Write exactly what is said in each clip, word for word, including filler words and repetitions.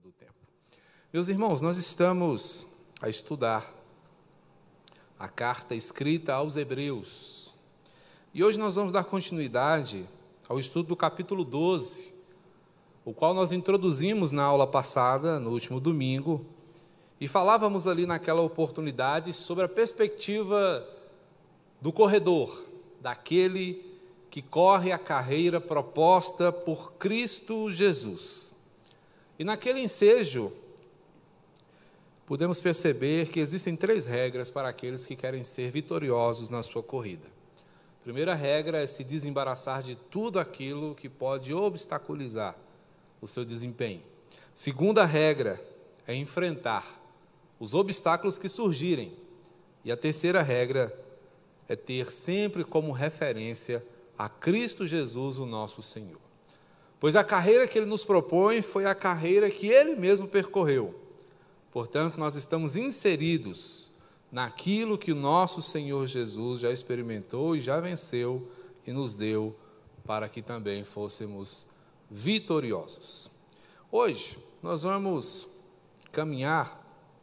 todo o tempo. Meus irmãos, nós estamos a estudar a carta escrita aos Hebreus. E hoje nós vamos dar continuidade ao estudo do capítulo doze, o qual nós introduzimos na aula passada, no último domingo, e falávamos ali naquela oportunidade sobre a perspectiva do corredor, daquele que corre a carreira proposta por Cristo Jesus. E naquele ensejo, podemos perceber que existem três regras para aqueles que querem ser vitoriosos na sua corrida. A primeira regra é se desembaraçar de tudo aquilo que pode obstaculizar o seu desempenho. Segunda regra é enfrentar os obstáculos que surgirem. E a terceira regra é ter sempre como referência a Cristo Jesus, o nosso Senhor. Pois a carreira que Ele nos propõe foi a carreira que Ele mesmo percorreu. Portanto, nós estamos inseridos naquilo que o nosso Senhor Jesus já experimentou e já venceu e nos deu para que também fôssemos vitoriosos. Hoje, nós vamos caminhar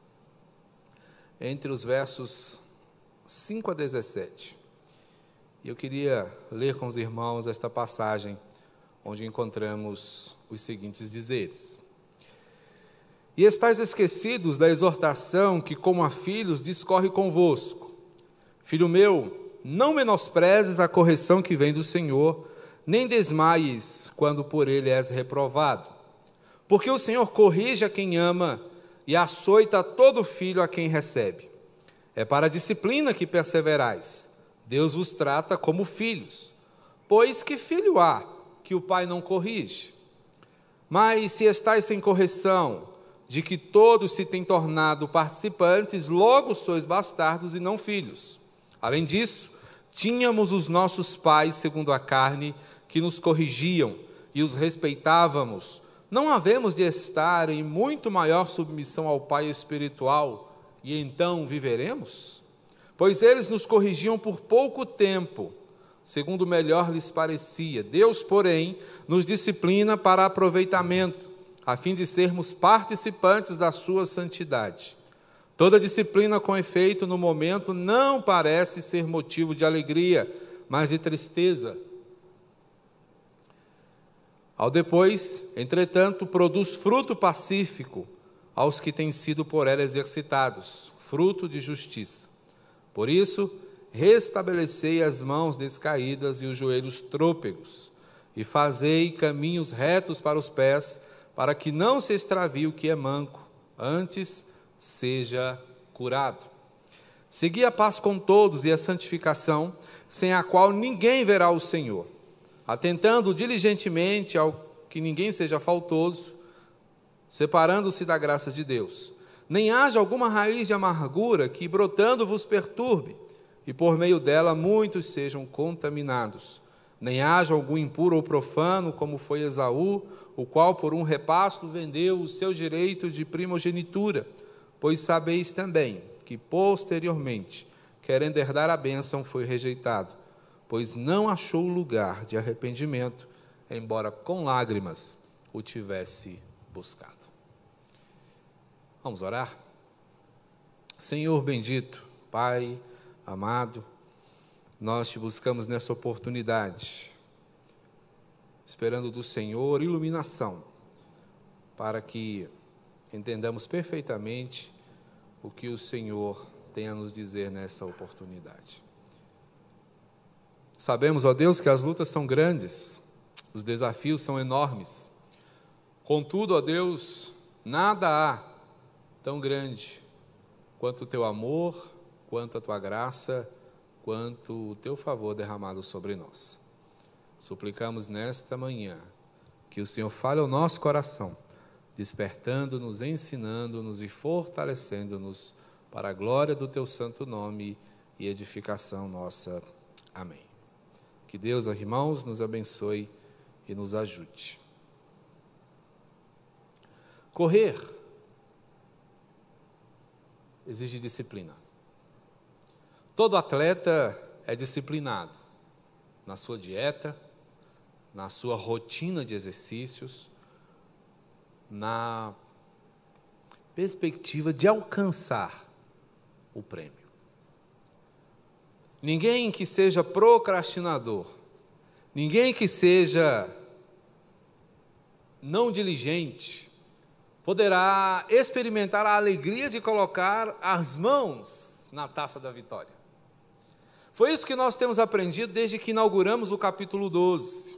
entre os versos cinco a dezessete. E eu queria ler com os irmãos esta passagem, onde encontramos os seguintes dizeres. E estáis esquecidos da exortação que, como a filhos, discorre convosco. Filho meu, não menosprezes a correção que vem do Senhor, nem desmaies quando por ele és reprovado. Porque o Senhor corrige a quem ama e açoita todo filho a quem recebe. É para a disciplina que perseverais. Deus vos trata como filhos. Pois que filho há que o pai não corrige? Mas se estáis sem correção, de que todos se têm tornado participantes, logo sois bastardos e não filhos. Além disso, tínhamos os nossos pais, segundo a carne, que nos corrigiam e os respeitávamos. Não havemos de estar em muito maior submissão ao Pai espiritual, e então viveremos? Pois eles nos corrigiam por pouco tempo, segundo melhor lhes parecia. Deus, porém, nos disciplina para aproveitamento, a fim de sermos participantes da sua santidade. Toda disciplina com efeito no momento não parece ser motivo de alegria, mas de tristeza. Ao depois, entretanto, produz fruto pacífico aos que têm sido por ela exercitados, fruto de justiça. Por isso, restabelecei as mãos descaídas e os joelhos trôpegos, e fazei caminhos retos para os pés, para que não se extravie o que é manco, antes seja curado. Segui a paz com todos e a santificação, sem a qual ninguém verá o Senhor, atentando diligentemente ao que ninguém seja faltoso, separando-se da graça de Deus. Nem haja alguma raiz de amargura que, brotando, vos perturbe, e por meio dela muitos sejam contaminados. Nem haja algum impuro ou profano, como foi Esaú, o qual por um repasto vendeu o seu direito de primogenitura, pois sabeis também que posteriormente, querendo herdar a bênção, foi rejeitado, pois não achou lugar de arrependimento, embora com lágrimas o tivesse buscado. Vamos orar? Senhor bendito, Pai amado, nós te buscamos nessa oportunidade, esperando do Senhor iluminação, para que entendamos perfeitamente o que o Senhor tem a nos dizer nessa oportunidade. Sabemos, ó Deus, que as lutas são grandes, os desafios são enormes. Contudo, ó Deus, nada há tão grande quanto o teu amor, quanto a tua graça, quanto o teu favor derramado sobre nós. Suplicamos nesta manhã que o Senhor fale ao nosso coração, despertando-nos, ensinando-nos e fortalecendo-nos para a glória do teu santo nome e edificação nossa. Amém. Que Deus, irmãos, nos abençoe e nos ajude. Correr exige disciplina. Todo atleta é disciplinado na sua dieta, na sua rotina de exercícios, na perspectiva de alcançar o prêmio. Ninguém que seja procrastinador, ninguém que seja não diligente, poderá experimentar a alegria de colocar as mãos na taça da vitória. Foi isso que nós temos aprendido desde que inauguramos o capítulo doze.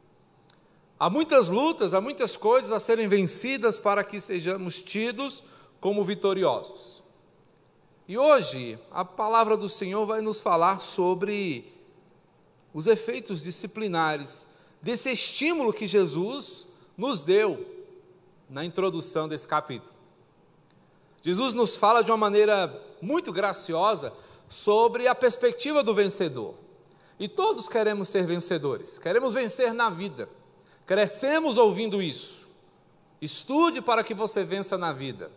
Há muitas lutas, há muitas coisas a serem vencidas para que sejamos tidos como vitoriosos. E hoje, a palavra do Senhor vai nos falar sobre os efeitos disciplinares desse estímulo que Jesus nos deu na introdução desse capítulo. Jesus nos fala de uma maneira muito graciosa sobre a perspectiva do vencedor. E todos queremos ser vencedores, queremos vencer na vida. Crescemos ouvindo isso. Estude para que você vença na vida.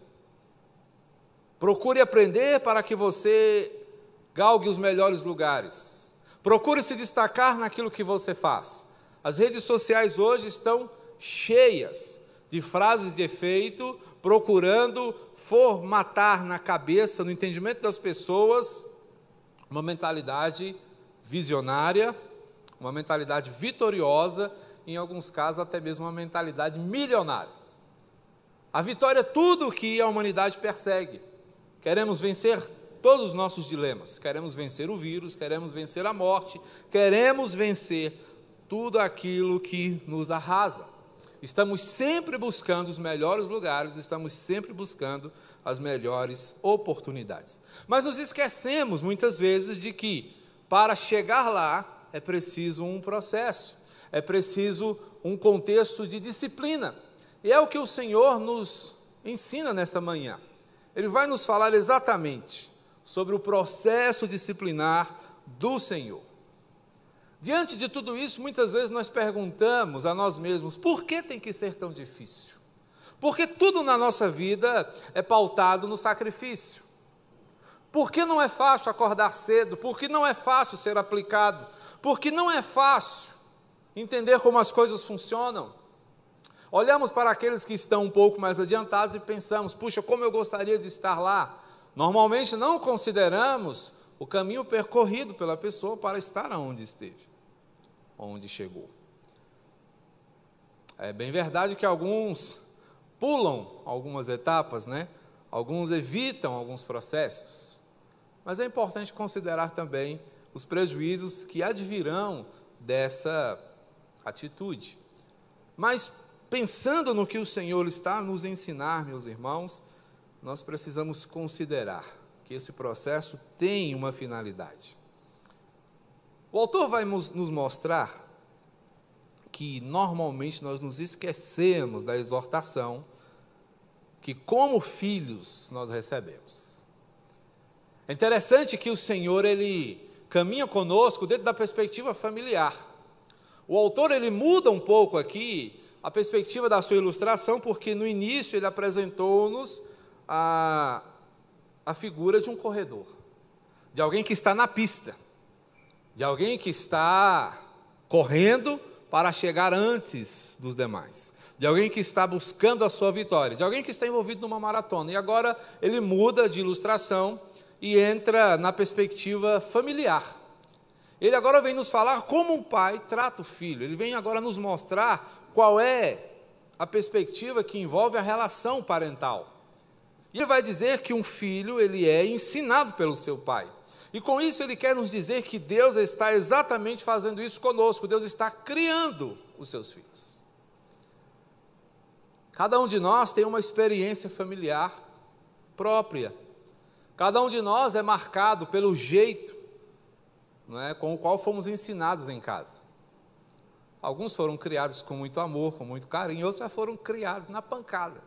Procure aprender para que você galgue os melhores lugares. Procure se destacar naquilo que você faz. As redes sociais hoje estão cheias de frases de efeito, procurando formatar na cabeça, no entendimento das pessoas, uma mentalidade visionária, uma mentalidade vitoriosa, em alguns casos até mesmo uma mentalidade milionária. A vitória é tudo o que a humanidade persegue. Queremos vencer todos os nossos dilemas, queremos vencer o vírus, queremos vencer a morte, queremos vencer tudo aquilo que nos arrasa. Estamos sempre buscando os melhores lugares, estamos sempre buscando as melhores oportunidades. Mas nos esquecemos muitas vezes de que para chegar lá é preciso um processo, é preciso um contexto de disciplina. E é o que o Senhor nos ensina nesta manhã. Ele vai nos falar exatamente sobre o processo disciplinar do Senhor. Diante de tudo isso, muitas vezes nós perguntamos a nós mesmos, por que tem que ser tão difícil? Porque tudo na nossa vida é pautado no sacrifício. Por que não é fácil acordar cedo? Por que não é fácil ser aplicado? Por que não é fácil entender como as coisas funcionam? Olhamos para aqueles que estão um pouco mais adiantados e pensamos, puxa, como eu gostaria de estar lá. Normalmente não consideramos o caminho percorrido pela pessoa para estar onde esteve, onde chegou. É bem verdade que alguns pulam algumas etapas, né? Alguns evitam alguns processos, mas é importante considerar também os prejuízos que advirão dessa atitude. Mas, pensando no que o Senhor está a nos ensinar, meus irmãos, nós precisamos considerar que esse processo tem uma finalidade. O autor vai nos mostrar que normalmente nós nos esquecemos da exortação que, como filhos, nós recebemos. É interessante que o Senhor, ele caminha conosco dentro da perspectiva familiar. O autor, ele muda um pouco aqui a perspectiva da sua ilustração, porque no início ele apresentou-nos a, a figura de um corredor, de alguém que está na pista, de alguém que está correndo para chegar antes dos demais, de alguém que está buscando a sua vitória, de alguém que está envolvido numa maratona. E agora ele muda de ilustração e entra na perspectiva familiar. Ele agora vem nos falar como um pai trata o filho, ele vem agora nos mostrar qual é a perspectiva que envolve a relação parental. E ele vai dizer que um filho, ele é ensinado pelo seu pai. E com isso ele quer nos dizer que Deus está exatamente fazendo isso conosco. Deus está criando os seus filhos. Cada um de nós tem uma experiência familiar própria. Cada um de nós é marcado pelo jeito, não é, com o qual fomos ensinados em casa. Alguns foram criados com muito amor, com muito carinho, outros já foram criados na pancada,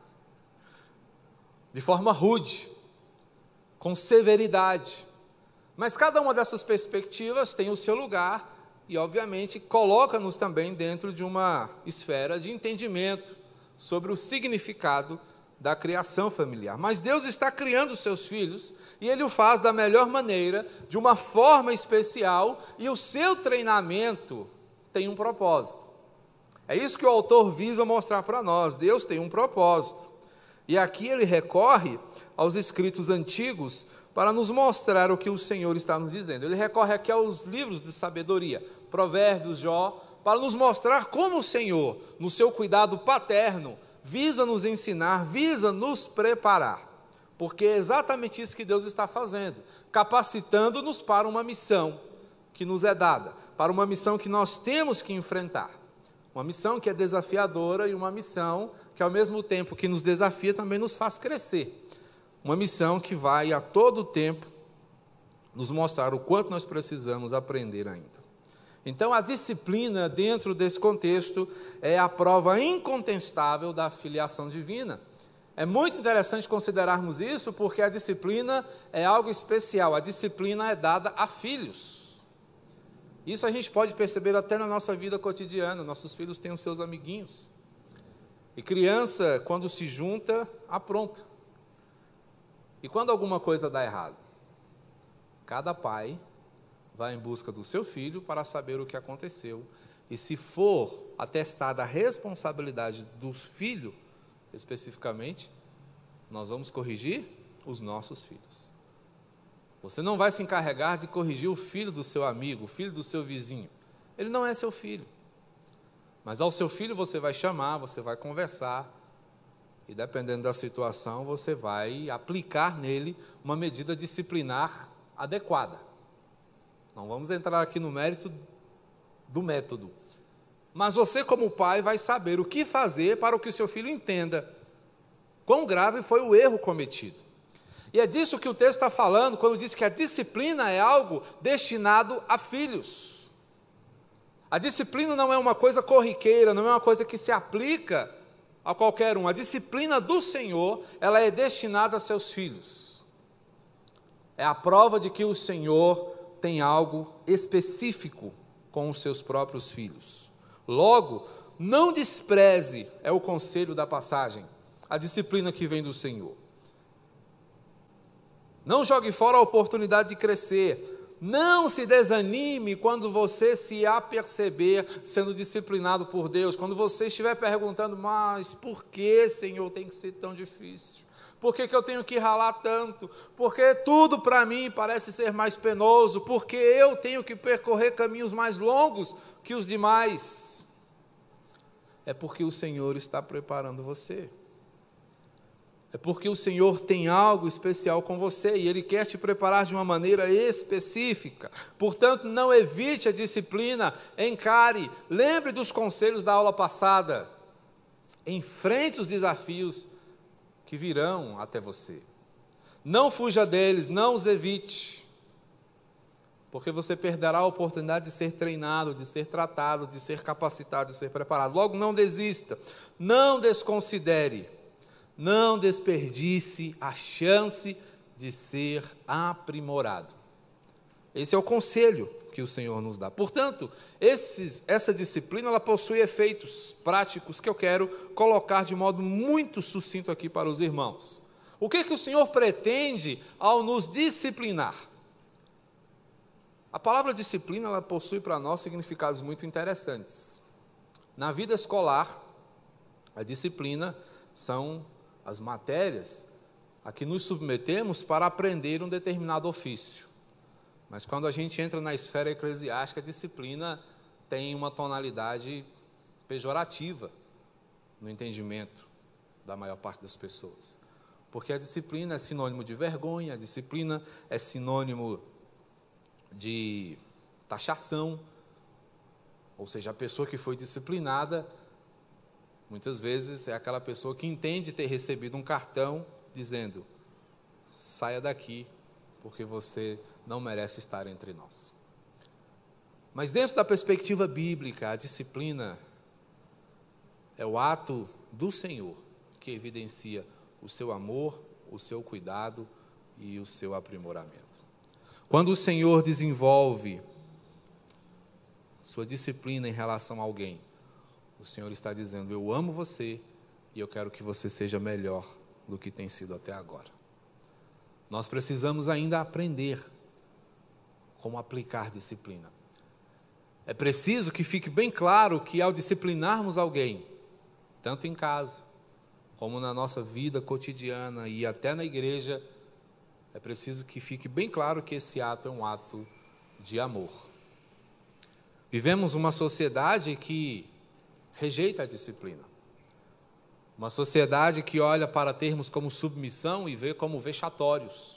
de forma rude, com severidade. Mas cada uma dessas perspectivas tem o seu lugar e, obviamente, coloca-nos também dentro de uma esfera de entendimento sobre o significado da criação familiar. Mas Deus está criando os seus filhos e Ele o faz da melhor maneira, de uma forma especial, e o seu treinamento tem um propósito. É isso que o autor visa mostrar para nós. Deus tem um propósito. E aqui ele recorre aos escritos antigos para nos mostrar o que o Senhor está nos dizendo. Ele recorre aqui aos livros de sabedoria, Provérbios, Jó, para nos mostrar como o Senhor, no seu cuidado paterno, visa nos ensinar, visa nos preparar. Porque é exatamente isso que Deus está fazendo, capacitando-nos para uma missão que nos é dada, para uma missão que nós temos que enfrentar. Uma missão que é desafiadora e uma missão que, ao mesmo tempo que nos desafia, também nos faz crescer. Uma missão que vai a todo tempo nos mostrar o quanto nós precisamos aprender ainda. Então, a disciplina, dentro desse contexto, é a prova incontestável da filiação divina. É muito interessante considerarmos isso, porque a disciplina é algo especial. A disciplina é dada a filhos. Isso a gente pode perceber até na nossa vida cotidiana. Nossos filhos têm os seus amiguinhos. E criança, quando se junta, apronta. E quando alguma coisa dá errado, cada pai vai em busca do seu filho para saber o que aconteceu. E se for atestada a responsabilidade do filho, especificamente, nós vamos corrigir os nossos filhos. Você não vai se encarregar de corrigir o filho do seu amigo, o filho do seu vizinho. Ele não é seu filho. Mas ao seu filho você vai chamar, você vai conversar, e dependendo da situação, você vai aplicar nele uma medida disciplinar adequada. Não vamos entrar aqui no mérito do método. Mas você, como pai, vai saber o que fazer para que o seu filho entenda quão grave foi o erro cometido. E é disso que o texto está falando, quando diz que a disciplina é algo destinado a filhos. A disciplina não é uma coisa corriqueira, não é uma coisa que se aplica a qualquer um. A disciplina do Senhor, ela é destinada a seus filhos. É a prova de que o Senhor tem algo específico com os seus próprios filhos. Logo, não despreze, é o conselho da passagem, a disciplina que vem do Senhor. Não jogue fora a oportunidade de crescer. Não se desanime quando você se aperceber sendo disciplinado por Deus. Quando você estiver perguntando, mas por que, Senhor, tem que ser tão difícil? Por que que eu tenho que ralar tanto? Porque tudo para mim parece ser mais penoso? Porque eu tenho que percorrer caminhos mais longos que os demais? É porque o Senhor está preparando você. É porque o Senhor tem algo especial com você e Ele quer te preparar de uma maneira específica. Portanto, não evite a disciplina, encare, lembre dos conselhos da aula passada. Enfrente os desafios que virão até você. Não fuja deles, não os evite. Porque você perderá a oportunidade de ser treinado, de ser tratado, de ser capacitado, de ser preparado. Logo, não desista, não desconsidere. Não desperdice a chance de ser aprimorado. Esse é o conselho que o Senhor nos dá. Portanto, esses, essa disciplina ela possui efeitos práticos que eu quero colocar de modo muito sucinto aqui para os irmãos. O que, que o Senhor pretende ao nos disciplinar? A palavra disciplina ela possui para nós significados muito interessantes. Na vida escolar, a disciplina são as matérias a que nos submetemos para aprender um determinado ofício. Mas quando a gente entra na esfera eclesiástica, a disciplina tem uma tonalidade pejorativa no entendimento da maior parte das pessoas. Porque a disciplina é sinônimo de vergonha, a disciplina é sinônimo de taxação, ou seja, a pessoa que foi disciplinada muitas vezes é aquela pessoa que entende ter recebido um cartão dizendo: saia daqui, porque você não merece estar entre nós. Mas dentro da perspectiva bíblica, a disciplina é o ato do Senhor que evidencia o seu amor, o seu cuidado e o seu aprimoramento. Quando o Senhor desenvolve sua disciplina em relação a alguém, o Senhor está dizendo: eu amo você e eu quero que você seja melhor do que tem sido até agora. Nós precisamos ainda aprender como aplicar disciplina. É preciso que fique bem claro que ao disciplinarmos alguém, tanto em casa, como na nossa vida cotidiana e até na igreja, é preciso que fique bem claro que esse ato é um ato de amor. Vivemos uma sociedade que rejeita a disciplina. Uma sociedade que olha para termos como submissão e vê como vexatórios.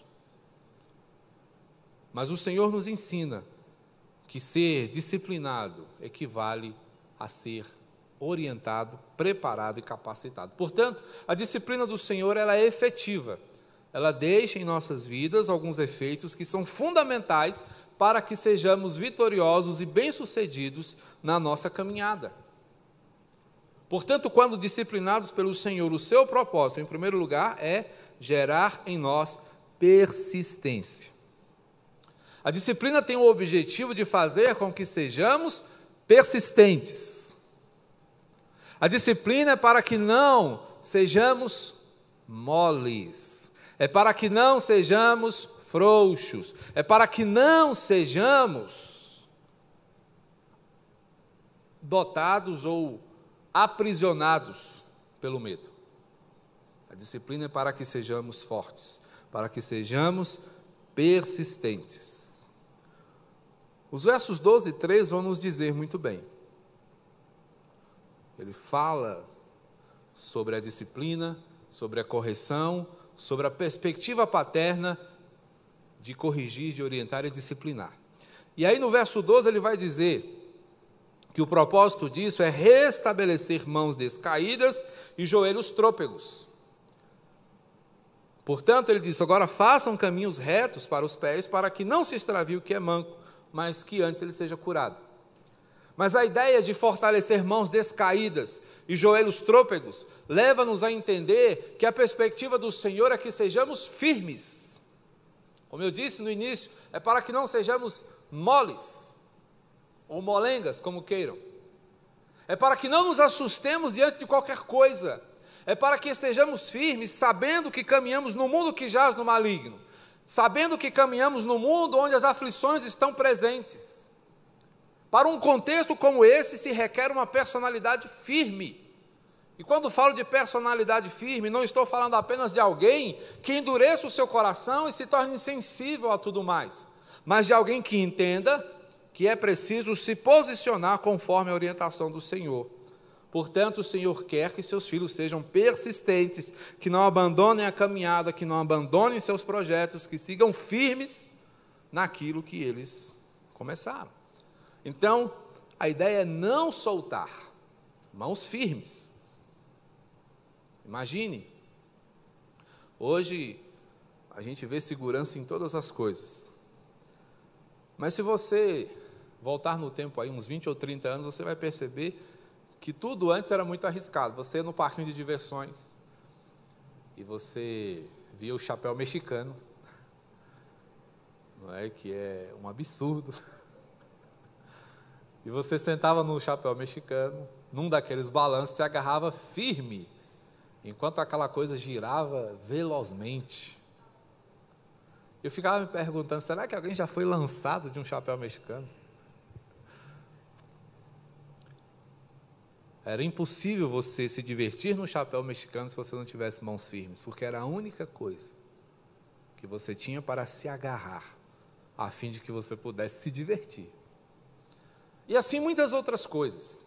Mas o Senhor nos ensina que ser disciplinado equivale a ser orientado, preparado e capacitado. Portanto, a disciplina do Senhor ela é efetiva. Ela deixa em nossas vidas alguns efeitos que são fundamentais para que sejamos vitoriosos e bem-sucedidos na nossa caminhada. Portanto, quando disciplinados pelo Senhor, o seu propósito, em primeiro lugar, é gerar em nós persistência. A disciplina tem o objetivo de fazer com que sejamos persistentes. A disciplina é para que não sejamos moles, é para que não sejamos frouxos, é para que não sejamos dotados ou aprisionados pelo medo. A disciplina é para que sejamos fortes, para que sejamos persistentes. Os versos doze e treze vão nos dizer muito bem. Ele fala sobre a disciplina, sobre a correção, sobre a perspectiva paterna de corrigir, de orientar e disciplinar. E aí no verso doze ele vai dizer que o propósito disso é restabelecer mãos descaídas e joelhos trôpegos. Portanto, ele diz, agora façam caminhos retos para os pés, para que não se extravie o que é manco, mas que antes ele seja curado. Mas a ideia de fortalecer mãos descaídas e joelhos trôpegos leva-nos a entender que a perspectiva do Senhor é que sejamos firmes. Como eu disse no início, é para que não sejamos moles, ou molengas, como queiram. É para que não nos assustemos diante de qualquer coisa. É para que estejamos firmes, sabendo que caminhamos no mundo que jaz no maligno. Sabendo que caminhamos no mundo onde as aflições estão presentes. Para um contexto como esse, se requer uma personalidade firme. E quando falo de personalidade firme, não estou falando apenas de alguém que endureça o seu coração e se torne insensível a tudo mais, mas de alguém que entenda que é preciso se posicionar conforme a orientação do Senhor. Portanto, o Senhor quer que seus filhos sejam persistentes, que não abandonem a caminhada, que não abandonem seus projetos, que sigam firmes naquilo que eles começaram. Então, a ideia é não soltar, mãos firmes. Imagine, hoje a gente vê segurança em todas as coisas, mas se você voltar no tempo aí, uns vinte ou trinta anos, você vai perceber que tudo antes era muito arriscado. Você ia no parquinho de diversões e você via o chapéu mexicano, não é? Que é um absurdo. E você sentava no chapéu mexicano, num daqueles balanços, e agarrava firme, enquanto aquela coisa girava velozmente. Eu ficava me perguntando, será que alguém já foi lançado de um chapéu mexicano? Era impossível você se divertir no chapéu mexicano se você não tivesse mãos firmes, porque era a única coisa que você tinha para se agarrar, a fim de que você pudesse se divertir. E assim muitas outras coisas.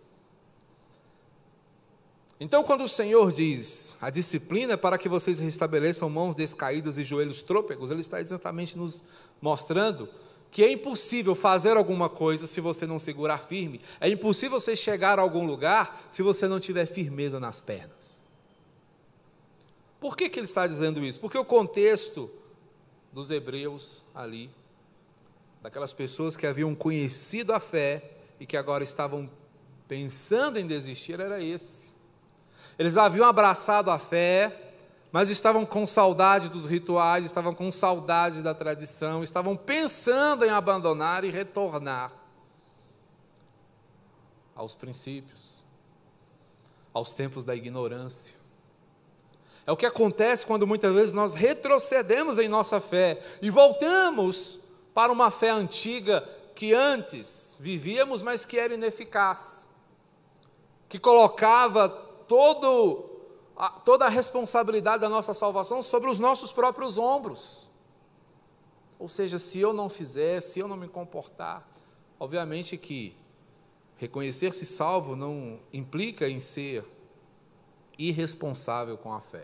Então, quando o Senhor diz, a disciplina é para que vocês restabeleçam mãos descaídas e joelhos trôpegos, Ele está exatamente nos mostrando que é impossível fazer alguma coisa se você não segurar firme. É impossível você chegar a algum lugar se você não tiver firmeza nas pernas. Por que que Ele está dizendo isso? Porque o contexto dos hebreus ali, daquelas pessoas que haviam conhecido a fé e que agora estavam pensando em desistir, era esse. Eles haviam abraçado a fé, mas estavam com saudade dos rituais, estavam com saudade da tradição, estavam pensando em abandonar e retornar aos princípios, aos tempos da ignorância. É o que acontece quando muitas vezes nós retrocedemos em nossa fé e voltamos para uma fé antiga que antes vivíamos, mas que era ineficaz, que colocava todo a, toda a responsabilidade da nossa salvação sobre os nossos próprios ombros. Ou seja, se eu não fizer, se eu não me comportar, obviamente que reconhecer-se salvo não implica em ser irresponsável com a fé.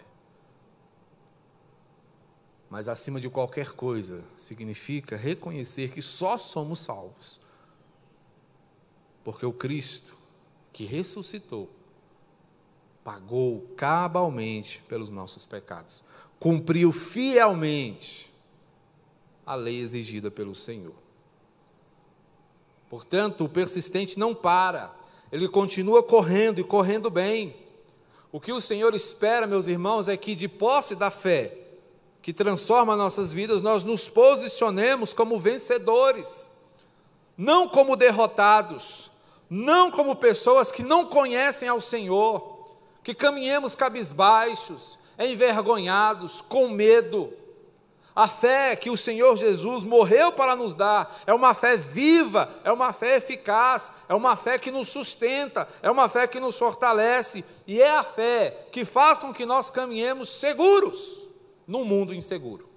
Mas, acima de qualquer coisa, significa reconhecer que só somos salvos porque o Cristo que ressuscitou pagou cabalmente pelos nossos pecados, cumpriu fielmente a lei exigida pelo Senhor. Portanto, o persistente não para, ele continua correndo e correndo bem. O que o Senhor espera, meus irmãos, é que de posse da fé, que transforma nossas vidas, nós nos posicionemos como vencedores, não como derrotados, não como pessoas que não conhecem ao Senhor, que caminhemos cabisbaixos, envergonhados, com medo. A fé que o Senhor Jesus morreu para nos dar é uma fé viva, é uma fé eficaz, é uma fé que nos sustenta, é uma fé que nos fortalece, e é a fé que faz com que nós caminhemos seguros num mundo inseguro.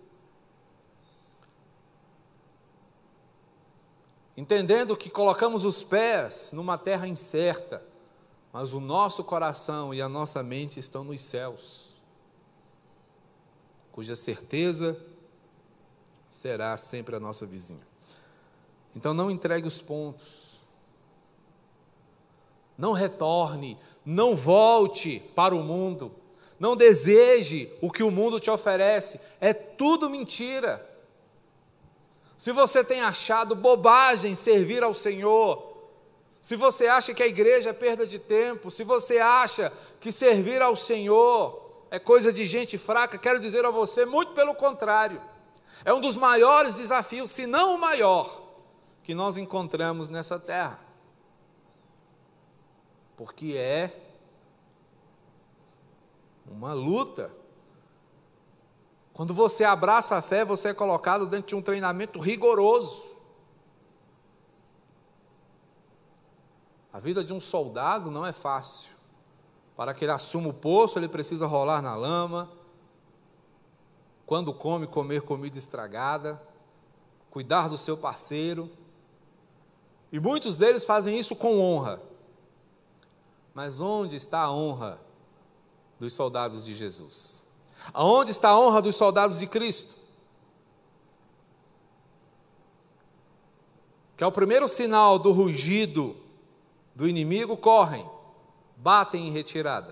Entendendo que colocamos os pés numa terra incerta, mas o nosso coração e a nossa mente estão nos céus, cuja certeza será sempre a nossa vizinha. Então não entregue os pontos, não retorne, não volte para o mundo, não deseje o que o mundo te oferece, é tudo mentira. Se você tem achado bobagem servir ao Senhor, se você acha que a igreja é perda de tempo, se você acha que servir ao Senhor é coisa de gente fraca, quero dizer a você, muito pelo contrário, é um dos maiores desafios, se não o maior, que nós encontramos nessa terra. Porque é uma luta. Quando você abraça a fé, você é colocado dentro de um treinamento rigoroso. A vida de um soldado não é fácil. Para que ele assuma o posto, ele precisa rolar na lama. Quando come, comer comida estragada. Cuidar do seu parceiro. E muitos deles fazem isso com honra. Mas onde está a honra dos soldados de Jesus? Aonde está a honra dos soldados de Cristo? Que ao primeiro sinal do rugido do inimigo, correm, batem em retirada.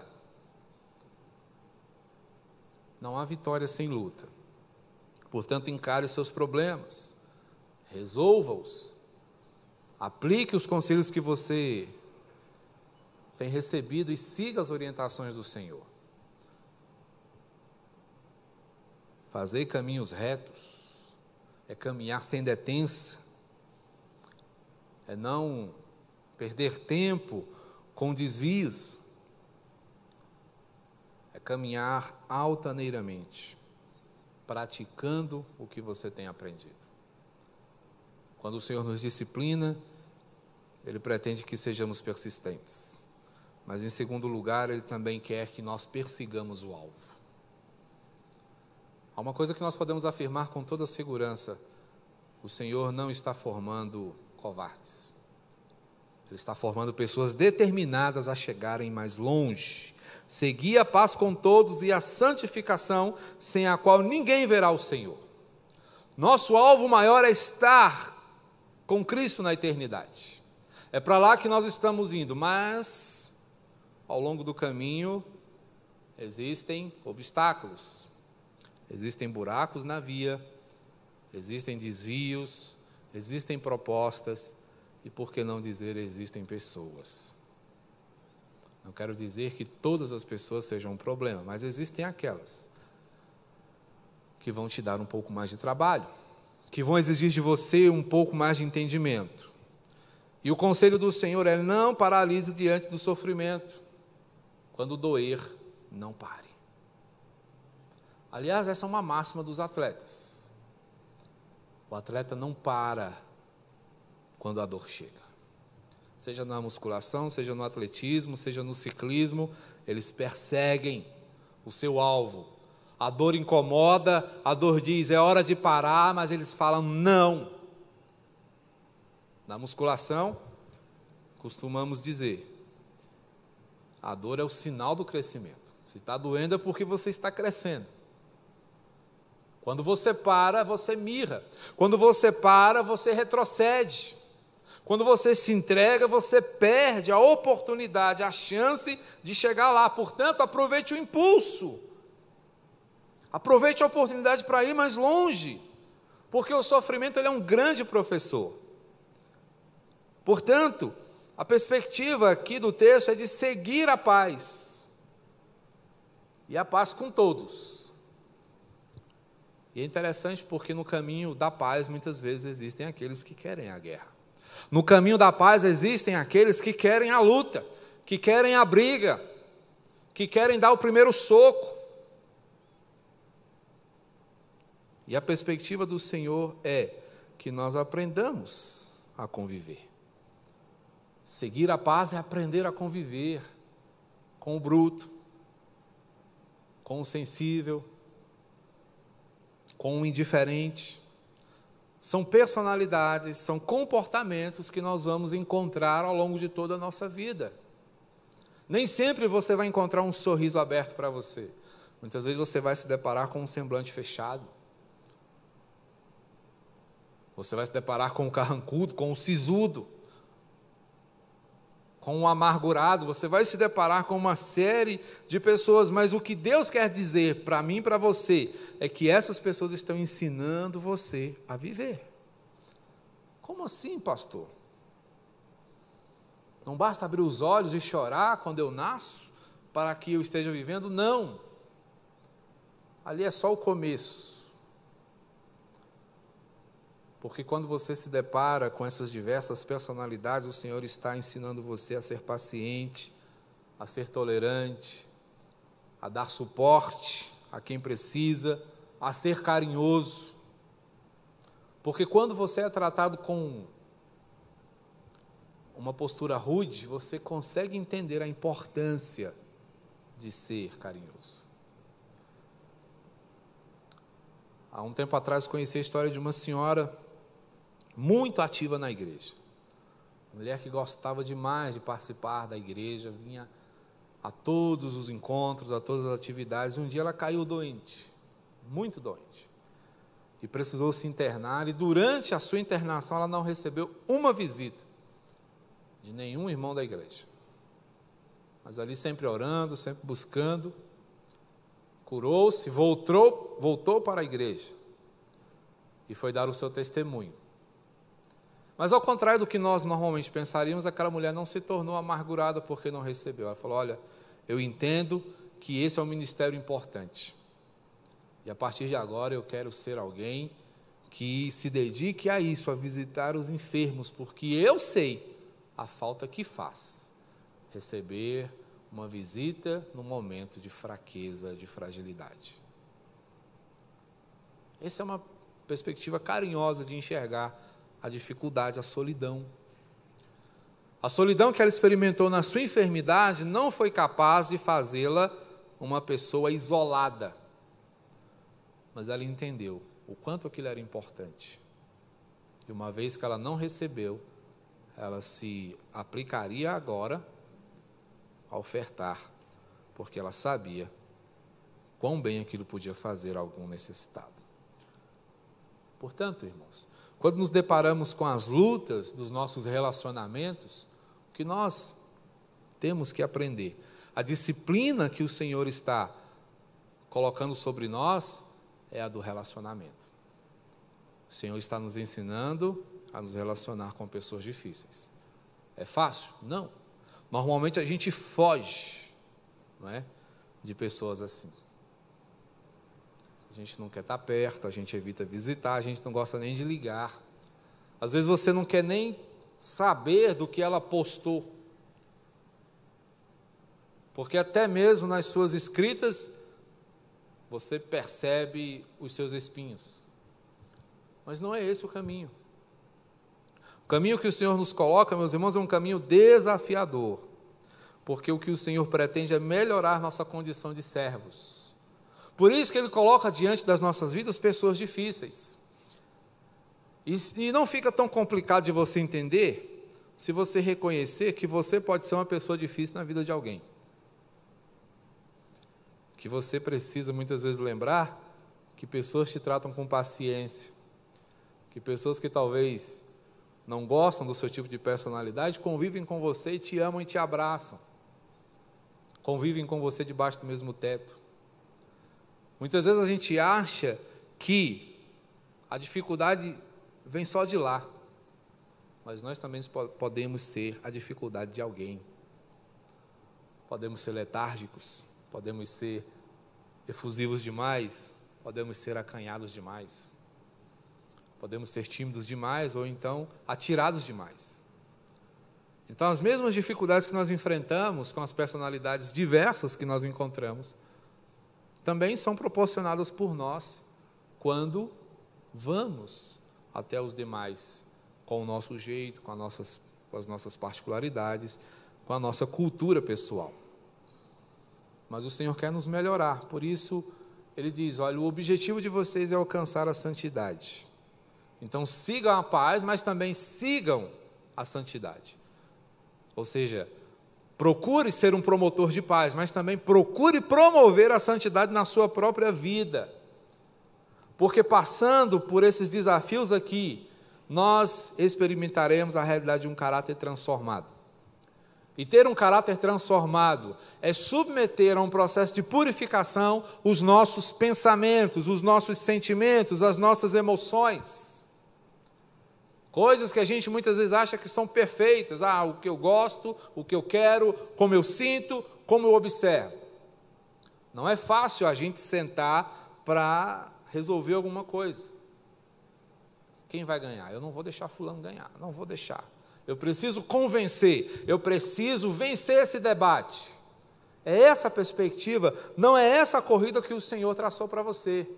Não há vitória sem luta. Portanto, encare os seus problemas, resolva-os, aplique os conselhos que você tem recebido e siga as orientações do Senhor. Fazer caminhos retos é caminhar sem detença, é não perder tempo com desvios, é caminhar altaneiramente, praticando o que você tem aprendido. Quando o Senhor nos disciplina, Ele pretende que sejamos persistentes, mas em segundo lugar, Ele também quer que nós persigamos o alvo. Há uma coisa que nós podemos afirmar com toda segurança: o Senhor não está formando covardes. Ele está formando pessoas determinadas a chegarem mais longe. Segui a paz com todos e a santificação, sem a qual ninguém verá o Senhor. Nosso alvo maior é estar com Cristo na eternidade. É para lá que nós estamos indo, mas ao longo do caminho existem obstáculos. Existem buracos na via, existem desvios, existem propostas e, por que não dizer, existem pessoas. Não quero dizer que todas as pessoas sejam um problema, mas existem aquelas que vão te dar um pouco mais de trabalho, que vão exigir de você um pouco mais de entendimento. E o conselho do Senhor é: não paralise diante do sofrimento. Quando doer, não pare. Aliás, essa é uma máxima dos atletas. O atleta não para quando a dor chega. Seja na musculação, seja no atletismo, seja no ciclismo, eles perseguem, o seu alvo. A dor incomoda, a dor diz, é hora de parar, mas eles falam não. Na musculação, costumamos dizer, a dor é o sinal do crescimento. Se está doendo é porque você está crescendo. Quando você para, você mirra. Quando você para, você retrocede. Quando você se entrega, você perde a oportunidade, a chance de chegar lá. Portanto, aproveite o impulso. Aproveite a oportunidade para ir mais longe. Porque o sofrimento ele é um grande professor. Portanto, a perspectiva aqui do texto é de seguir a paz. E a paz com todos. E é interessante porque no caminho da paz, muitas vezes, existem aqueles que querem a guerra. No caminho da paz, existem aqueles que querem a luta, que querem a briga, que querem dar o primeiro soco. E a perspectiva do Senhor é que nós aprendamos a conviver. Seguir a paz é aprender a conviver com o bruto, com o sensível, com o indiferente. São personalidades, são comportamentos que nós vamos encontrar ao longo de toda a nossa vida. Nem sempre você vai encontrar um sorriso aberto para você. Muitas vezes você vai se deparar com um semblante fechado. Você vai se deparar com um carrancudo, com um sisudo, com um amargurado. Você vai se deparar com uma série de pessoas, mas o que Deus quer dizer para mim e para você é que essas pessoas estão ensinando você a viver. Como assim, pastor? Não basta abrir os olhos e chorar quando eu nasço para que eu esteja vivendo? Não. Ali é só o começo. Porque quando você se depara com essas diversas personalidades, o Senhor está ensinando você a ser paciente, a ser tolerante, a dar suporte a quem precisa, a ser carinhoso. Porque quando você é tratado com uma postura rude, você consegue entender a importância de ser carinhoso. Há um tempo atrás conheci a história de uma senhora muito ativa na igreja. Uma mulher que gostava demais de participar da igreja, vinha a todos os encontros, a todas as atividades. Um dia ela caiu doente, muito doente, e precisou se internar, e durante a sua internação ela não recebeu uma visita de nenhum irmão da igreja. Mas ali sempre orando, sempre buscando, curou-se, voltou, voltou para a igreja e foi dar o seu testemunho. Mas ao contrário do que nós normalmente pensaríamos, aquela mulher não se tornou amargurada porque não recebeu. Ela falou, olha, eu entendo que esse é um ministério importante. E a partir de agora eu quero ser alguém que se dedique a isso, a visitar os enfermos, porque eu sei a falta que faz receber uma visita num momento de fraqueza, de fragilidade. Essa é uma perspectiva carinhosa de enxergar a dificuldade, a solidão. A solidão que ela experimentou na sua enfermidade não foi capaz de fazê-la uma pessoa isolada. Mas ela entendeu o quanto aquilo era importante. E uma vez que ela não recebeu, ela se aplicaria agora a ofertar, porque ela sabia quão bem aquilo podia fazer algum necessitado. Portanto, irmãos, quando nos deparamos com as lutas dos nossos relacionamentos, o que nós temos que aprender? A disciplina que o Senhor está colocando sobre nós é a do relacionamento. O Senhor está nos ensinando a nos relacionar com pessoas difíceis. É fácil? Não. Normalmente a gente foge, não é, de pessoas assim. A gente não quer estar perto, a gente evita visitar, a gente não gosta nem de ligar. Às vezes você não quer nem saber do que ela postou. Porque até mesmo nas suas escritas, você percebe os seus espinhos. Mas não é esse o caminho. O caminho que o Senhor nos coloca, meus irmãos, é um caminho desafiador. porque o que o Senhor pretende é melhorar nossa condição de servos. Por isso que Ele coloca diante das nossas vidas pessoas difíceis. E, e não fica tão complicado de você entender, se você reconhecer que você pode ser uma pessoa difícil na vida de alguém. Que você precisa muitas vezes lembrar que pessoas te tratam com paciência, que pessoas que talvez não gostam do seu tipo de personalidade, convivem com você e te amam e te abraçam. Convivem com você debaixo do mesmo teto. Muitas vezes a gente acha que a dificuldade vem só de lá, mas nós também podemos ter a dificuldade de alguém. Podemos ser letárgicos, podemos ser efusivos demais, podemos ser acanhados demais. Podemos ser tímidos demais ou então atirados demais. Então, as mesmas dificuldades que nós enfrentamos com as personalidades diversas que nós encontramos, também são proporcionadas por nós quando vamos até os demais com o nosso jeito, com, as nossas, com as nossas particularidades, com a nossa cultura pessoal. Mas o Senhor quer nos melhorar, por isso Ele diz, olha, o objetivo de vocês é alcançar a santidade. Então sigam a paz, mas também sigam a santidade. Ou seja, procure ser um promotor de paz, mas também procure promover a santidade na sua própria vida. Porque passando por esses desafios aqui, nós experimentaremos a realidade de um caráter transformado. E ter um caráter transformado é submeter a um processo de purificação os nossos pensamentos, os nossos sentimentos, as nossas emoções. Coisas que a gente muitas vezes acha que são perfeitas. Ah, o que eu gosto, o que eu quero, como eu sinto, como eu observo. Não é fácil a gente sentar para resolver alguma coisa. Quem vai ganhar? Eu não vou deixar fulano ganhar, não vou deixar. Eu preciso convencer, eu preciso vencer esse debate. É essa a perspectiva, não é essa a corrida que o Senhor traçou para você.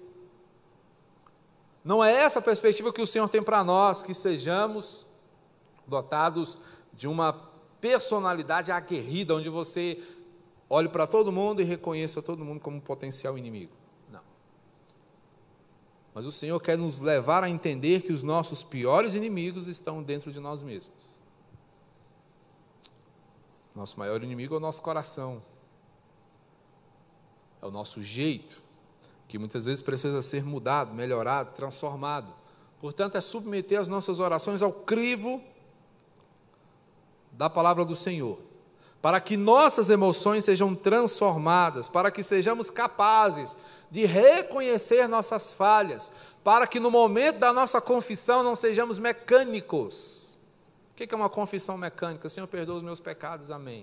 Não é essa a perspectiva que o Senhor tem para nós, que sejamos dotados de uma personalidade aguerrida, onde você olhe para todo mundo e reconheça todo mundo como um potencial inimigo. Não. Mas o Senhor quer nos levar a entender que os nossos piores inimigos estão dentro de nós mesmos. Nosso maior inimigo é o nosso coração. É o nosso jeito, que muitas vezes precisa ser mudado, melhorado, transformado. Portanto, é submeter as nossas orações ao crivo da palavra do Senhor, para que nossas emoções sejam transformadas, para que sejamos capazes de reconhecer nossas falhas, para que no momento da nossa confissão não sejamos mecânicos. O que é uma confissão mecânica? Senhor, perdoa os meus pecados, amém.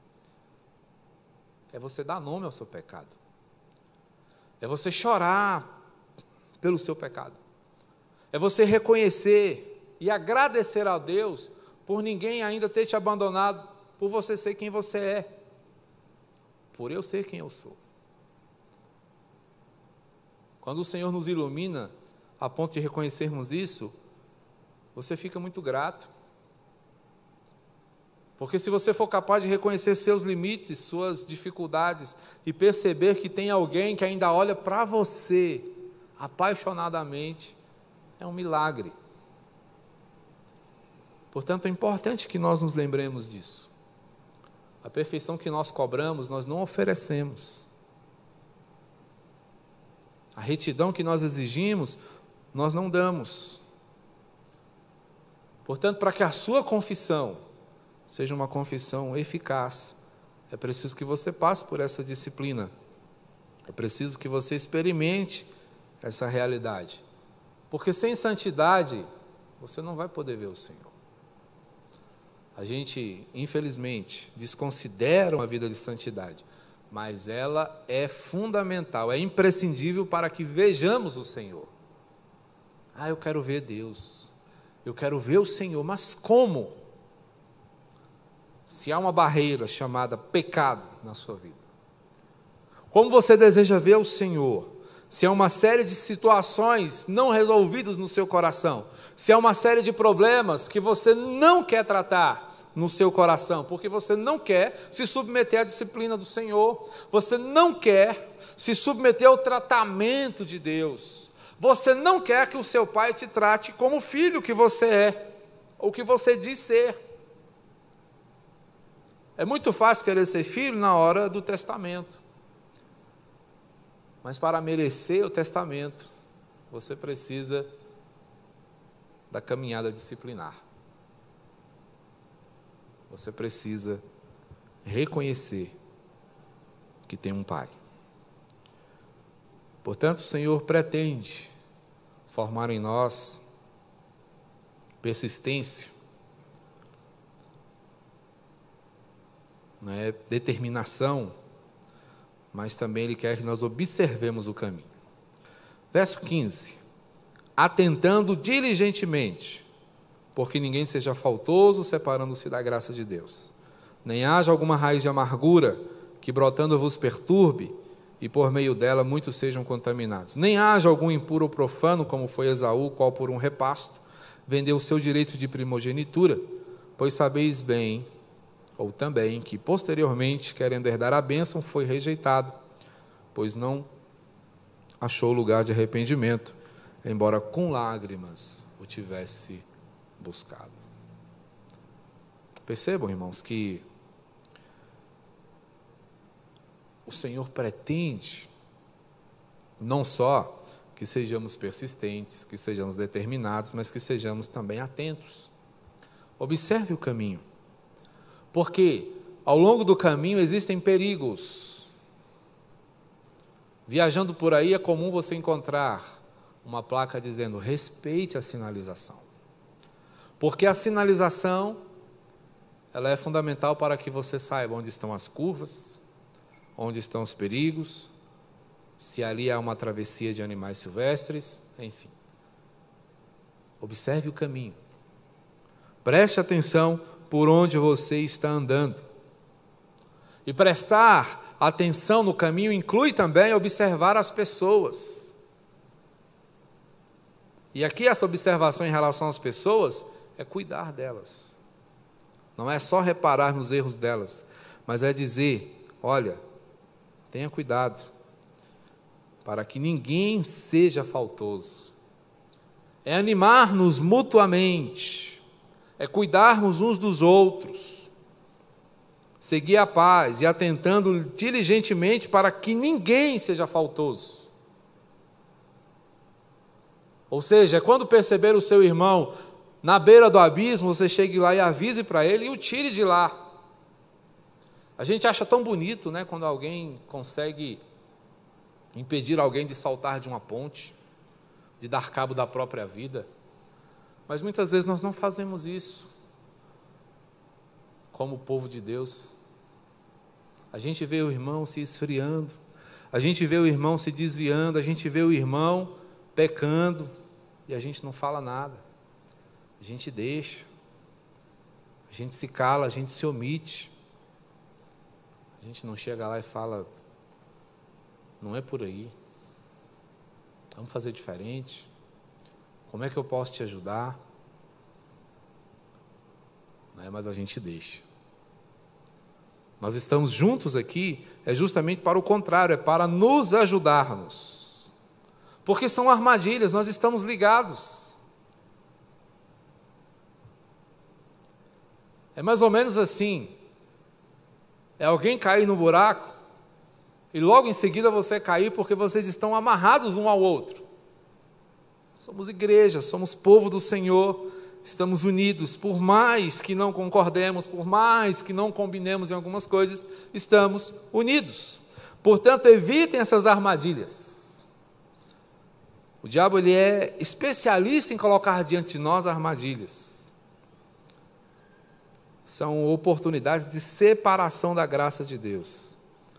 É você dar nome ao seu pecado. É você chorar pelo seu pecado. É você reconhecer e agradecer a Deus por ninguém ainda ter te abandonado, por você ser quem você é, por eu ser quem eu sou. Quando o Senhor nos ilumina a ponto de reconhecermos isso, você fica muito grato. Porque se você for capaz de reconhecer seus limites, suas dificuldades, e perceber que tem alguém que ainda olha para você apaixonadamente, é um milagre. Portanto, é importante que nós nos lembremos disso. A perfeição que nós cobramos, nós não oferecemos. A retidão que nós exigimos, nós não damos. Portanto, para que a sua confissão seja uma confissão eficaz, é preciso que você passe por essa disciplina. É preciso que você experimente essa realidade. Porque sem santidade, você não vai poder ver o Senhor. A gente, infelizmente, desconsidera uma vida de santidade, mas ela é fundamental, é imprescindível para que vejamos o Senhor. Ah, eu quero ver Deus, eu quero ver o Senhor, mas como? Se há uma barreira chamada pecado na sua vida, como você deseja ver o Senhor, se é uma série de situações não resolvidas no seu coração, se é uma série de problemas que você não quer tratar no seu coração, porque você não quer se submeter à disciplina do Senhor, você não quer se submeter ao tratamento de Deus, você não quer que o seu pai te trate como filho que você é, ou que você diz ser. É muito fácil querer ser filho na hora do testamento, mas para merecer o testamento, você precisa da caminhada disciplinar. Você precisa reconhecer que tem um pai. Portanto, o Senhor pretende formar em nós persistência, né, determinação, mas também Ele quer que nós observemos o caminho. Verso quinze. Atentando diligentemente, porque ninguém seja faltoso, separando-se da graça de Deus. Nem haja alguma raiz de amargura, que brotando vos perturbe, e por meio dela muitos sejam contaminados. Nem haja algum impuro ou profano, como foi Esaú, qual por um repasto vendeu o seu direito de primogenitura, pois sabeis bem, ou também, que posteriormente, querendo herdar a bênção, foi rejeitado, pois não achou lugar de arrependimento, embora com lágrimas o tivesse buscado. Percebam, irmãos, que o Senhor pretende não só que sejamos persistentes, que sejamos determinados, mas que sejamos também atentos. Observe o caminho, porque ao longo do caminho existem perigos. Viajando por aí é comum você encontrar uma placa dizendo: respeite a sinalização. Porque a sinalização, ela é fundamental para que você saiba onde estão as curvas, onde estão os perigos, se ali há uma travessia de animais silvestres, enfim. Observe o caminho. Preste atenção por onde você está andando. E prestar atenção no caminho inclui também observar as pessoas. E aqui essa observação em relação às pessoas é cuidar delas. Não é só reparar nos erros delas, mas é dizer: olha, tenha cuidado, para que ninguém seja faltoso. É animar-nos mutuamente, é cuidarmos uns dos outros, seguir a paz e atentando diligentemente para que ninguém seja faltoso. Ou seja, quando perceber o seu irmão na beira do abismo, você chegue lá e avise para ele e o tire de lá. A gente acha tão bonito, né, quando alguém consegue impedir alguém de saltar de uma ponte, de dar cabo da própria vida. Mas muitas vezes nós não fazemos isso como povo de Deus. A gente vê o irmão se esfriando, a gente vê o irmão se desviando, a gente vê o irmão pecando e a gente não fala nada. A gente deixa, a gente se cala, a gente se omite. A gente não chega lá e fala: não é por aí, vamos fazer diferente, como é que eu posso te ajudar? Não é, mas a gente deixa. Nós estamos juntos aqui, é justamente para o contrário, é para nos ajudarmos, porque são armadilhas, nós estamos ligados. É mais ou menos assim, é alguém cair no buraco, e logo em seguida você cair, porque vocês estão amarrados um ao outro. Somos igreja, somos povo do Senhor, estamos unidos, por mais que não concordemos, por mais que não combinemos em algumas coisas, estamos unidos. Portanto, evitem essas armadilhas. O diabo, ele é especialista em colocar diante de nós armadilhas. São oportunidades de separação da graça de Deus.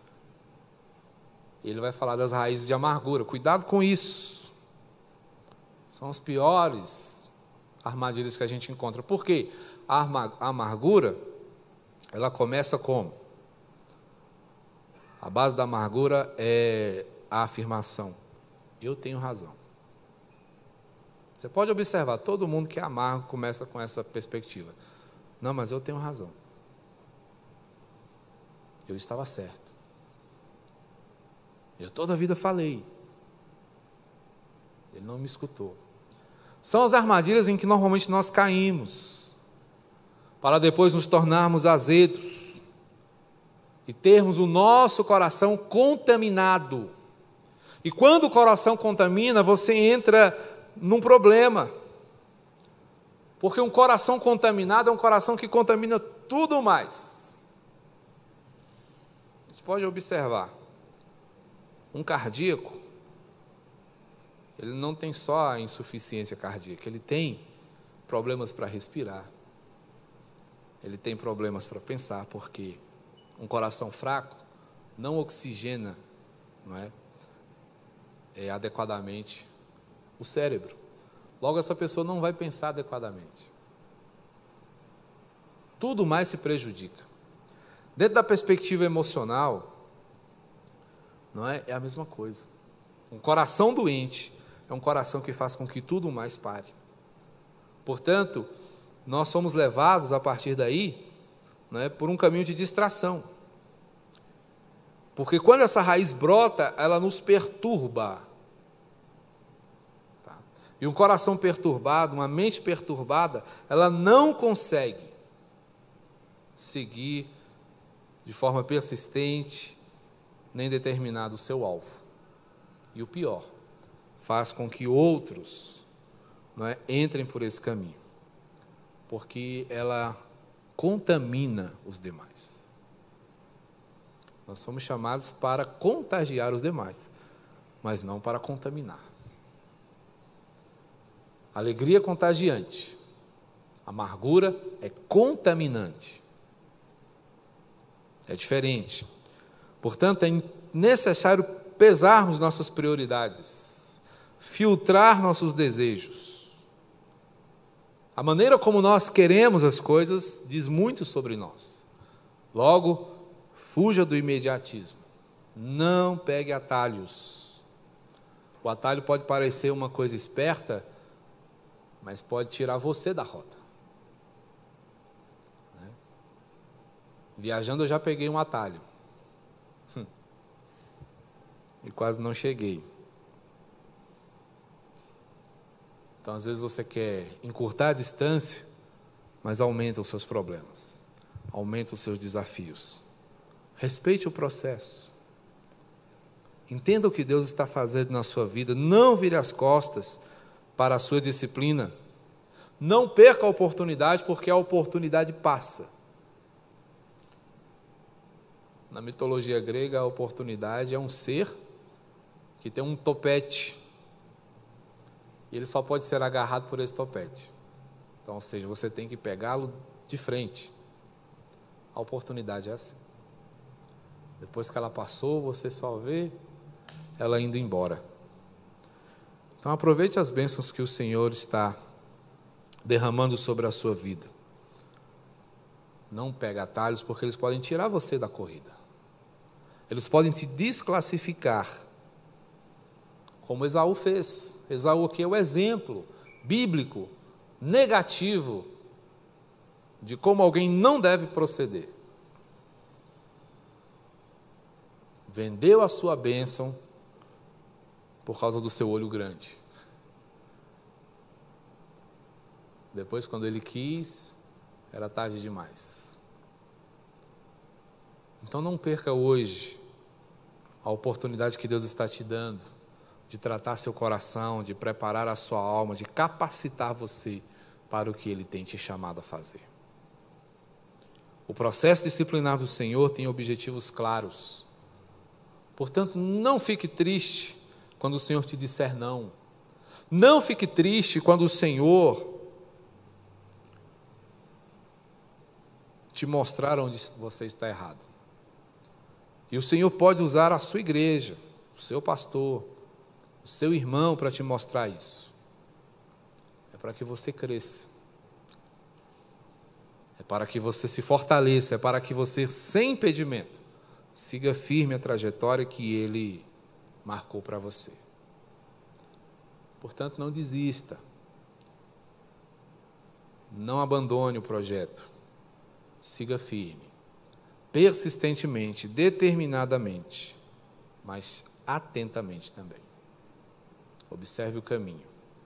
Ele vai falar das raízes de amargura. Cuidado com isso. São as piores armadilhas que a gente encontra. Por quê? A amargura, ela começa como? A base da amargura é a afirmação. eu tenho razão. Você pode observar, todo mundo que é amargo começa com essa perspectiva. Não, mas eu tenho razão. Eu estava certo. Eu toda a vida falei. Ele não me escutou. São as armadilhas em que normalmente nós caímos, para depois nos tornarmos azedos e termos o nosso coração contaminado. E quando o coração contamina, você entra num problema. Porque um coração contaminado é um coração que contamina tudo mais. A gente pode observar. Um cardíaco, ele não tem só a insuficiência cardíaca, ele tem problemas para respirar. Ele tem problemas para pensar, porque um coração fraco não oxigena, não é, é, adequadamente o cérebro. Logo, essa pessoa não vai pensar adequadamente. Tudo mais se prejudica. Dentro da perspectiva emocional, não é? É a mesma coisa. Um coração doente é um coração que faz com que tudo mais pare. Portanto, nós somos levados a partir daí, não é, por um caminho de distração. Porque quando essa raiz brota, ela nos perturba. Tá? E um coração perturbado, uma mente perturbada, ela não consegue seguir de forma persistente, nem determinado o seu alvo. E o pior, faz com que outros, não é, entrem por esse caminho, porque ela contamina os demais. Nós somos chamados para contagiar os demais, mas não para contaminar. Alegria é contagiante, amargura é contaminante. É diferente. Portanto, é necessário pesarmos nossas prioridades, filtrar nossos desejos. A maneira como nós queremos as coisas diz muito sobre nós. Logo, fuja do imediatismo. Não pegue atalhos. O atalho pode parecer uma coisa esperta, mas pode tirar você da rota. Né? Viajando, eu já peguei um atalho. E quase não cheguei. Então, às vezes você quer encurtar a distância, mas aumenta os seus problemas, aumenta os seus desafios. Respeite o processo. Entenda o que Deus está fazendo na sua vida. Não vire as costas para a sua disciplina. Não perca a oportunidade, porque a oportunidade passa. Na mitologia grega, a oportunidade é um ser que tem um topete, e ele só pode ser agarrado por esse topete. Então, ou seja, você tem que pegá-lo de frente. A oportunidade é assim. Depois que ela passou, você só vê ela indo embora. Então, aproveite as bênçãos que o Senhor está derramando sobre a sua vida. Não pegue atalhos, porque eles podem tirar você da corrida. Eles podem te desclassificar, como Esaú fez. Esaú aqui é o exemplo bíblico, negativo, de como alguém não deve proceder. Vendeu a sua bênção por causa do seu olho grande. Depois, quando ele quis, era tarde demais. Então não perca hoje a oportunidade que Deus está te dando de tratar seu coração, de preparar a sua alma, de capacitar você para o que Ele tem te chamado a fazer. O processo disciplinar do Senhor tem objetivos claros. Portanto, não fique triste quando o Senhor te disser não. Não fique triste quando o Senhor te mostrar onde você está errado. E o Senhor pode usar a sua igreja, o seu pastor, o seu irmão para te mostrar isso. É para que você cresça. É para que você se fortaleça, é para que você, sem impedimento, siga firme a trajetória que Ele marcou para você. Portanto, não desista. Não abandone o projeto. Siga firme, persistentemente, determinadamente, mas atentamente também. Observe o caminho.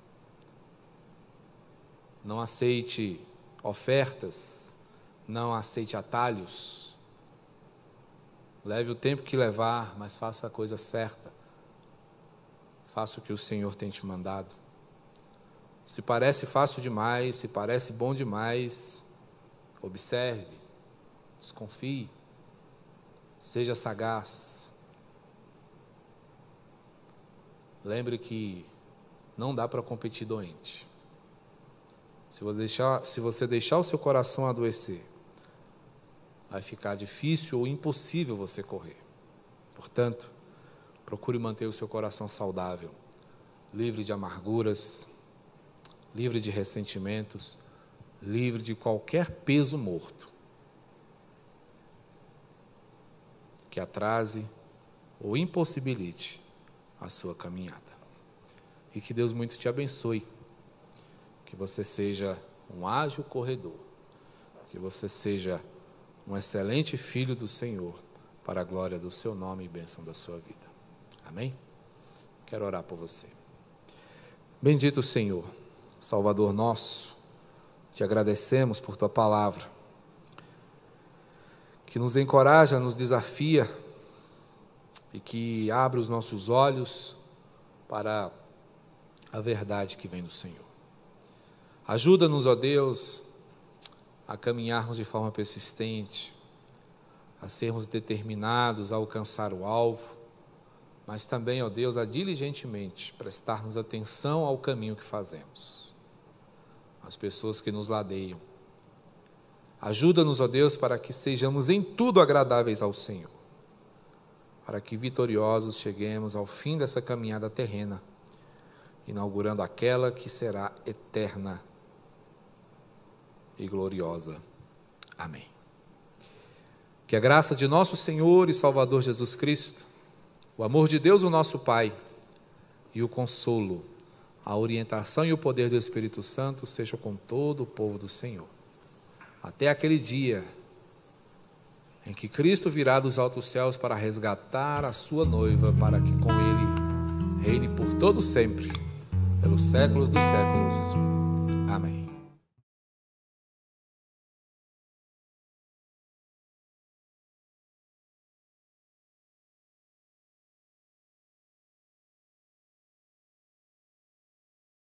Não aceite ofertas, não aceite atalhos. Leve o tempo que levar, mas faça a coisa certa. Faça o que o Senhor tem te mandado. Se parece fácil demais, se parece bom demais, observe, desconfie, seja sagaz. Lembre que não dá para competir doente. Se você deixar, se você deixar o seu coração adoecer, vai ficar difícil ou impossível você correr. Portanto, procure manter o seu coração saudável, livre de amarguras, livre de ressentimentos, livre de qualquer peso morto que atrase ou impossibilite a sua caminhada. E que Deus muito te abençoe, que você seja um ágil corredor, que você seja um excelente filho do Senhor, para a glória do seu nome e bênção da sua vida. Amém? Quero orar por você. Bendito o Senhor, Salvador nosso, te agradecemos por tua palavra, que nos encoraja, nos desafia e que abre os nossos olhos para a verdade que vem do Senhor. Ajuda-nos, ó Deus, a caminharmos de forma persistente, a sermos determinados a alcançar o alvo, mas também, ó Deus, a diligentemente prestarmos atenção ao caminho que fazemos, às pessoas que nos ladeiam. Ajuda-nos, ó Deus, para que sejamos em tudo agradáveis ao Senhor, para que vitoriosos cheguemos ao fim dessa caminhada terrena, inaugurando aquela que será eterna e gloriosa. Amém. Que a graça de nosso Senhor e Salvador Jesus Cristo, o amor de Deus, o nosso Pai, e o consolo, a orientação e o poder do Espírito Santo sejam com todo o povo do Senhor. Até aquele dia em que Cristo virá dos altos céus para resgatar a sua noiva, para que com Ele reine por todo sempre, pelos séculos dos séculos. Amém.